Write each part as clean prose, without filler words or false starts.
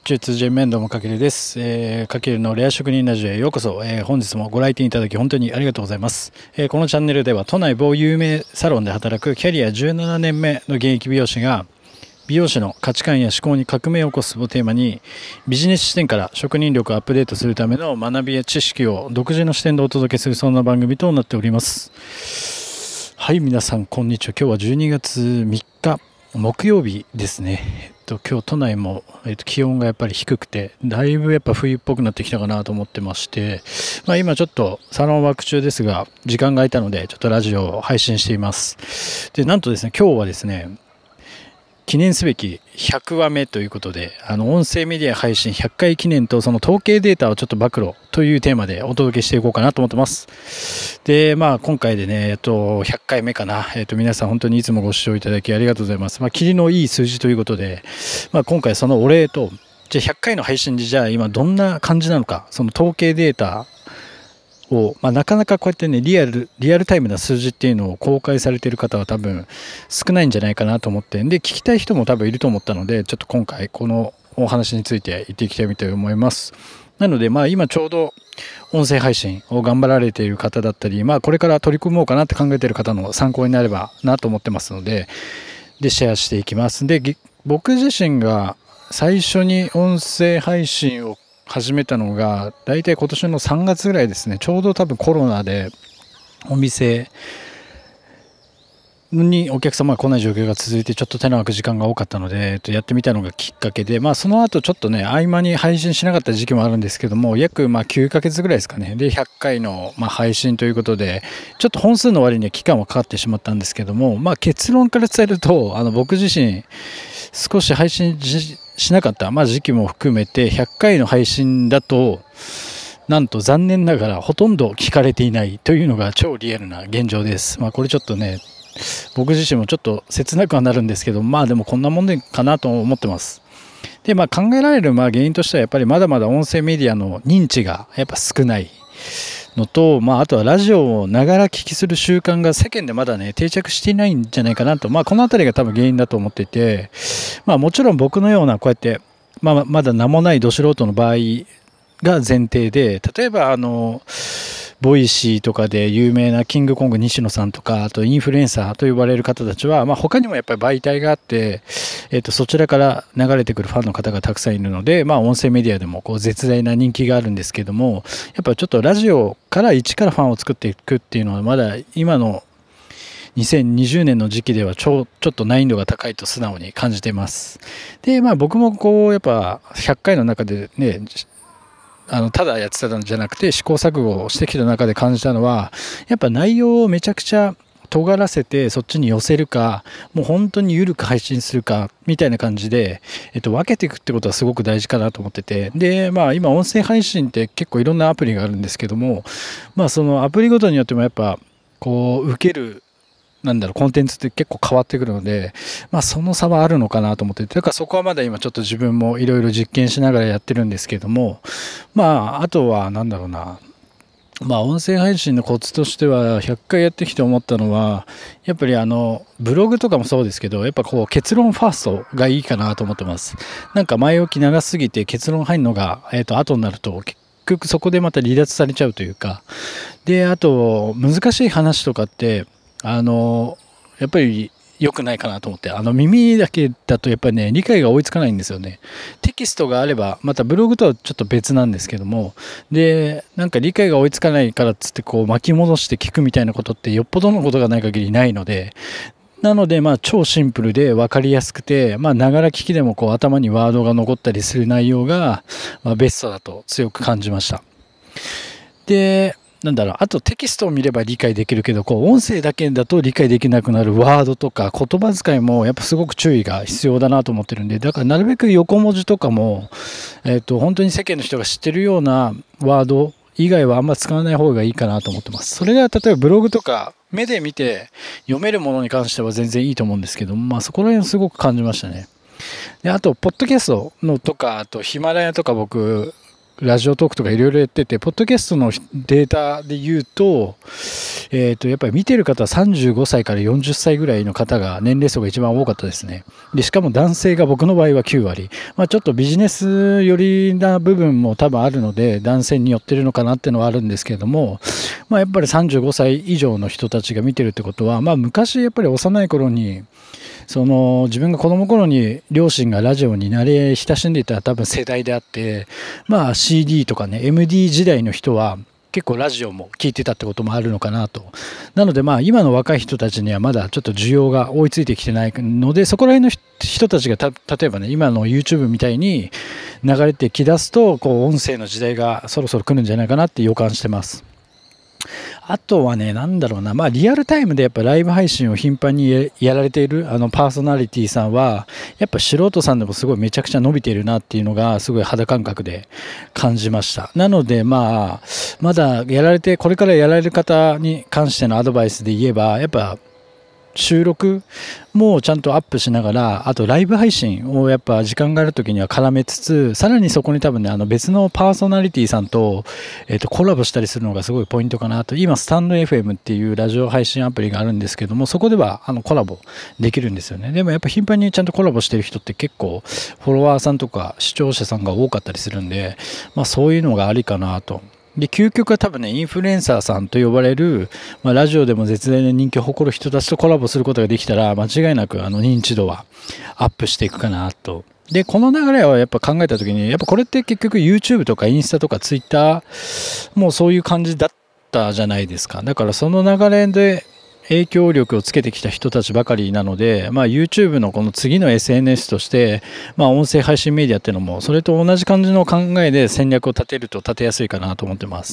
中通人面倒もかけるです。かけるのレア職人ラジオへようこそ。本日もご来店いただき本当にありがとうございます。このチャンネルでは都内某有名サロンで働くキャリア17年目の現役美容師が美容師の価値観や思考に革命を起こすをテーマにビジネス視点から職人力をアップデートするための学びや知識を独自の視点でお届けするそんな番組となっております。はい、皆さんこんにちは。今日は12月3日木曜日ですね。今日都内も、気温がやっぱり低くてだいぶやっぱ冬っぽくなってきたかなと思ってまして、今ちょっとサロンワーク中ですが時間が空いたのでちょっとラジオを配信しています。でなんとですね、今日はですね記念すべき100話目ということで、音声メディア配信100回記念とその統計データをちょっと暴露というテーマでお届けしていこうかなと思ってます。で、今回でね、100回目かな。皆さん本当にいつもご視聴いただきありがとうございます。切りのいい数字ということで、今回そのお礼と、じゃあ100回の配信でじゃあ今どんな感じなのか、その統計データを、なかなかこうやってねリアルタイムな数字っていうのを公開されている方は多分少ないんじゃないかなと思って、で聞きたい人も多分いると思ったので、ちょっと今回このお話について言っていきたいと思います。なので今ちょうど音声配信を頑張られている方だったり、これから取り組もうかなって考えている方の参考になればなと思ってますので、シェアしていきます。で、僕自身が最初に音声配信を始めたのが大体今年の3月ぐらいですね。ちょうど多分コロナでお店にお客様が来ない状況が続いてちょっと手の空く時間が多かったのでやってみたのがきっかけで、その後ちょっとね合間に配信しなかった時期もあるんですけども、約9ヶ月ぐらいですかね。で100回の配信ということでちょっと本数の割には期間はかかってしまったんですけども、結論から伝えると僕自身少し配信しなかった、時期も含めて100回の配信だとなんと残念ながらほとんど聞かれていないというのが超リアルな現状です。これちょっとね僕自身もちょっと切なくはなるんですけど、でもこんなもんでかなと思ってます。で考えられる原因としてはやっぱりまだまだ音声メディアの認知がやっぱ少ないのと、あとはラジオをながら聞きする習慣が世間でまだね定着していないんじゃないかなと、この辺りが多分原因だと思っていて、もちろん僕のようなこうやってまだ名もないど素人の場合が前提で、例えばボイシーとかで有名なキングコング西野さんとか、あとインフルエンサーと呼ばれる方たちは、他にもやっぱり媒体があって、そちらから流れてくるファンの方がたくさんいるので、音声メディアでも絶大な人気があるんですけども、やっぱちょっとラジオから一からファンを作っていくっていうのはまだ今の2020年の時期ではちょっと難易度が高いと素直に感じています。で、僕もやっぱ100回の中でね、ただやってたんじゃなくて試行錯誤をしてきた中で感じたのは、やっぱ内容をめちゃくちゃ尖らせてそっちに寄せるか、もう本当に緩く配信するかみたいな感じで、分けていくってことはすごく大事かなと思ってて、で今音声配信って結構いろんなアプリがあるんですけども、そのアプリごとによってもやっぱ受けるコンテンツって結構変わってくるので、その差はあるのかなと思って、だからそこはまだ今ちょっと自分もいろいろ実験しながらやってるんですけども、あとは音声配信のコツとしては100回やってきて思ったのは、やっぱりブログとかもそうですけど、やっぱ結論ファーストがいいかなと思ってます。前置き長すぎて結論入るのが、後になると結局そこでまた離脱されちゃうというか、であと難しい話とかってやっぱり良くないかなと思って、耳だけだとやっぱりね理解が追いつかないんですよね。テキストがあればまたブログとはちょっと別なんですけども、で理解が追いつかないからっつって巻き戻して聞くみたいなことってよっぽどのことがない限りないので、なので超シンプルで分かりやすくて、ながら聞きでも頭にワードが残ったりする内容が、ベストだと強く感じました。であとテキストを見れば理解できるけど、音声だけだと理解できなくなるワードとか言葉遣いもやっぱすごく注意が必要だなと思ってるんで、だからなるべく横文字とかも、本当に世間の人が知ってるようなワード以外はあんま使わない方がいいかなと思ってます。それが例えばブログとか目で見て読めるものに関しては全然いいと思うんですけども、そこら辺すごく感じましたね。であとポッドキャストのとか、あとヒマラヤとか僕ラジオトークとかいろいろやってて、ポッドキャストのデータで言うと、やっぱり見てる方は35歳から40歳ぐらいの方が年齢層が一番多かったですね。で、しかも男性が僕の場合は9割。ちょっとビジネス寄りな部分も多分あるので、男性に寄ってるのかなっていうのはあるんですけれども、やっぱり35歳以上の人たちが見てるってことは、昔やっぱり幼い頃に、自分が子供頃に両親がラジオに慣れ親しんでいた多分世代であって、CD とかね MD 時代の人は結構ラジオも聞いてたってこともあるのかなと。なので今の若い人たちにはまだちょっと需要が追いついてきてないので、そこら辺の人たちが例えばね今の YouTube みたいに流れてきだすと音声の時代がそろそろ来るんじゃないかなって予感してます。あとはね、リアルタイムでやっぱライブ配信を頻繁にやられているパーソナリティさんは、やっぱ素人さんでもすごいめちゃくちゃ伸びているなっていうのがすごい肌感覚で感じました。なのでまだこれからやられる方に関してのアドバイスで言えば、やっぱ収録もちゃんとアップしながら、あとライブ配信をやっぱ時間がある時には絡めつつ、さらにそこに多分ね別のパーソナリティさんと、コラボしたりするのがすごいポイントかなと。今スタンド FM っていうラジオ配信アプリがあるんですけども、そこではコラボできるんですよね。でもやっぱ頻繁にちゃんとコラボしてる人って結構フォロワーさんとか視聴者さんが多かったりするんで、そういうのがありかなと。で、究極は多分ね、インフルエンサーさんと呼ばれる、ラジオでも絶大な人気を誇る人たちとコラボすることができたら、間違いなく認知度はアップしていくかなと。で、この流れはやっぱ考えたときに、やっぱこれって結局 YouTube とかインスタとか Twitter もうそういう感じだったじゃないですか。だからその流れで影響力をつけてきた人たちばかりなので、YouTube のこの次の SNS として、音声配信メディアっていうのもそれと同じ感じの考えで戦略を立てると立てやすいかなと思ってます。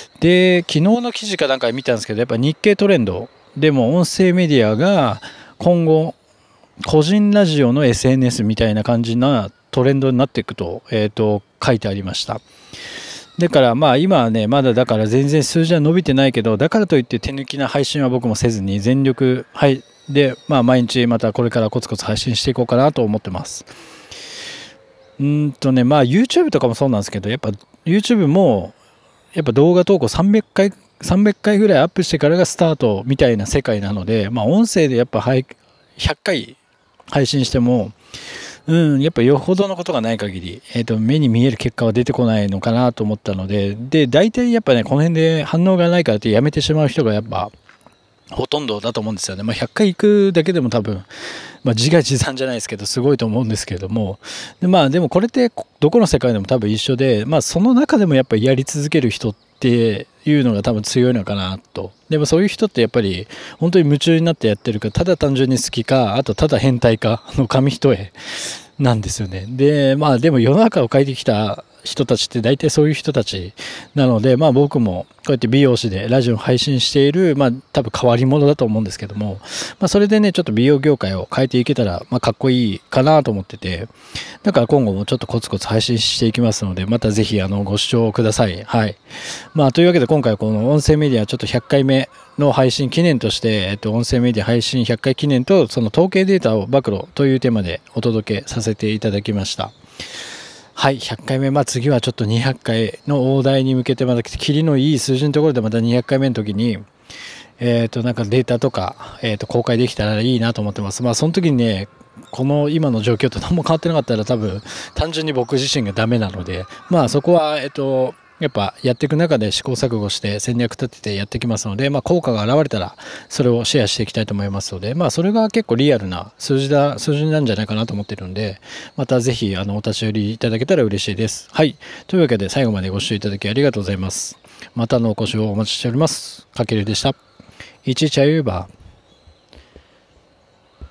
で、昨日の記事かなんか見たんですけど、やっぱ日経トレンドでも音声メディアが今後個人ラジオの SNS みたいな感じなトレンドになっていくと、書いてありました。だから今はね、まだだから全然数字は伸びてないけど、だからといって手抜きな配信は僕もせずに全力で、毎日またこれからコツコツ配信していこうかなと思ってます。YouTube とかもそうなんですけど、やっぱ YouTube もやっぱ動画投稿300回ぐらいアップしてからがスタートみたいな世界なので、音声でやっぱ100回配信しても、やっぱよほどのことがない限り、目に見える結果は出てこないのかなと思ったので、大体やっぱね、この辺で反応がないからってやめてしまう人がやっぱほとんどだと思うんですよね。100回行くだけでも多分、自画自賛じゃないですけど、すごいと思うんですけども、でもこれってどこの世界でも多分一緒で、その中でもやっぱりやり続ける人っていうのが多分強いのかなと。でもそういう人ってやっぱり本当に夢中になってやってるか、ただ単純に好きか、あとただ変態かの紙一重なんですよね。で、でも世の中を変えてきた人たちって大体そういう人たちなので、僕もこうやって美容師でラジオを配信している、多分変わり者だと思うんですけども、それでね、ちょっと美容業界を変えていけたら、かっこいいかなと思ってて、だから今後もちょっとコツコツ配信していきますので、またぜひご視聴ください。はい。というわけで今回この音声メディアちょっと100回目の配信記念として、音声メディア配信100回記念とその統計データを暴露というテーマでお届けさせていただきました。はい、100回目、次はちょっと200回の大台に向けて、またキリのいい数字のところでまた200回目の時に、なんかデータとか、公開できたらいいなと思ってます。その時にね、この今の状況と何も変わってなかったら多分、単純に僕自身がダメなので、そこは、やっぱやっていく中で試行錯誤して戦略立ててやっていきますので、効果が現れたらそれをシェアしていきたいと思いますので、それが結構リアルな数字なんじゃないかなと思ってるんで、またぜひお立ち寄りいただけたら嬉しいです。はい。というわけで最後までご視聴いただきありがとうございます。またのお越しをお待ちしております。かけるでした。一チャユーバー。